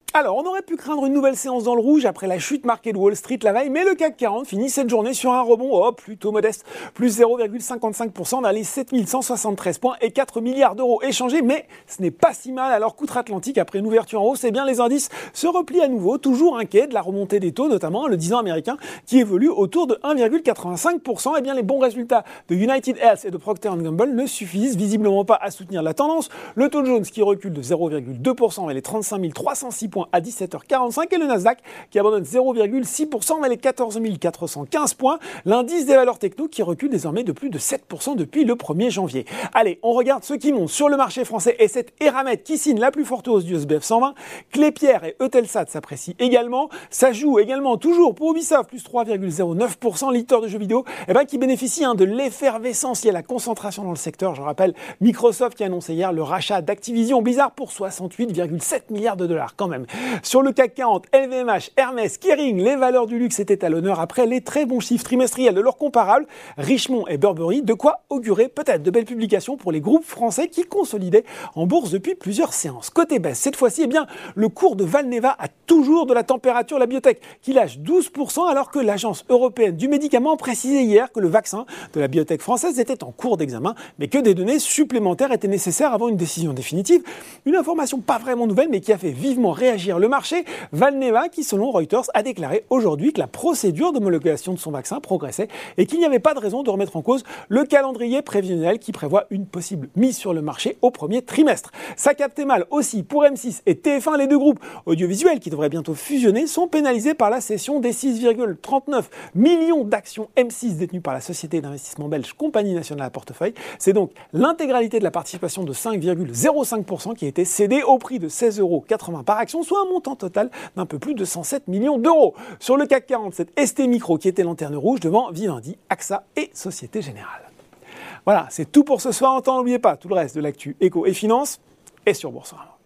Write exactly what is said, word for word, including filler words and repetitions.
Alors, on aurait pu craindre une nouvelle séance dans le rouge après la chute marquée de Wall Street la veille, mais le C A C quarante finit cette journée sur un rebond oh, plutôt modeste, plus zéro virgule cinquante-cinq pour cent vers les sept mille cent soixante-treize points et quatre milliards d'euros échangés, mais ce n'est pas si mal. Alors, qu'outre-Atlantique, après une ouverture en hausse, eh bien, les indices se replient à nouveau, toujours inquiets de la remontée des taux, notamment le dix ans américain qui évolue autour de un virgule quatre-vingt-cinq pour cent. Eh bien, les bons résultats de United Health et de Procter and Gamble ne suffisent visiblement pas à soutenir la tendance. Le Dow Jones qui recule de zéro virgule deux pour cent vers les trente-cinq mille trois cent six points à dix-sept heures quarante-cinq et le Nasdaq qui abandonne zéro virgule six pour cent vers les quatorze mille quatre cent quinze points. L'indice des valeurs techno qui recule désormais de plus de sept pour cent depuis le premier janvier. Allez, on regarde ceux qui montent sur le marché français et cette Eramet qui signe la plus forte hausse du S B F cent vingt. Klépierre et Eutelsat s'apprécient également. Ça joue également toujours pour Ubisoft, plus trois virgule zéro neuf pour cent. L'éditeur de jeux vidéo eh ben, qui bénéficie hein, de l'effervescence liée à la concentration dans le secteur. Je rappelle Microsoft qui a annoncé hier le rachat d'Activision Blizzard pour soixante-huit virgule sept milliards de dollars quand même. Sur le C A C quarante, L V M H, Hermès, Kering, les valeurs du luxe étaient à l'honneur après les très bons chiffres trimestriels de leurs comparables, Richemont et Burberry, de quoi augurer peut-être de belles publications pour les groupes français qui consolidaient en bourse depuis plusieurs séances. Côté baisse, cette fois-ci, eh bien, le cours de Valneva a toujours de la température, la biotech, qui lâche douze pour cent alors que l'Agence européenne du médicament précisait hier que le vaccin de la biotech française était en cours d'examen, mais que des données supplémentaires étaient nécessaires avant une décision définitive. Une information pas vraiment nouvelle, mais qui a fait vivement réagir le marché. Valneva, qui selon Reuters, a déclaré aujourd'hui que la procédure d'homologation de son vaccin progressait et qu'il n'y avait pas de raison de remettre en cause le calendrier prévisionnel qui prévoit une possible mise sur le marché au premier trimestre. Ça captait mal aussi pour M six et T F un, les deux groupes audiovisuels qui devraient bientôt fusionner, sont pénalisés par la cession des six virgule trente-neuf millions d'actions M six détenues par la société d'investissement belge Compagnie Nationale à Portefeuille. C'est donc l'intégralité de la participation de cinq virgule zéro cinq pour cent qui a été cédée au prix de seize euros quatre-vingts par action, soit un montant total d'un peu plus de cent sept millions d'euros. Sur le C A C quarante, c'est S T Micro qui était lanterne rouge devant Vivendi, A X A et Société Générale. Voilà, c'est tout pour ce soir. En temps, n'oubliez pas tout le reste de l'actu éco et finance est sur Boursorama.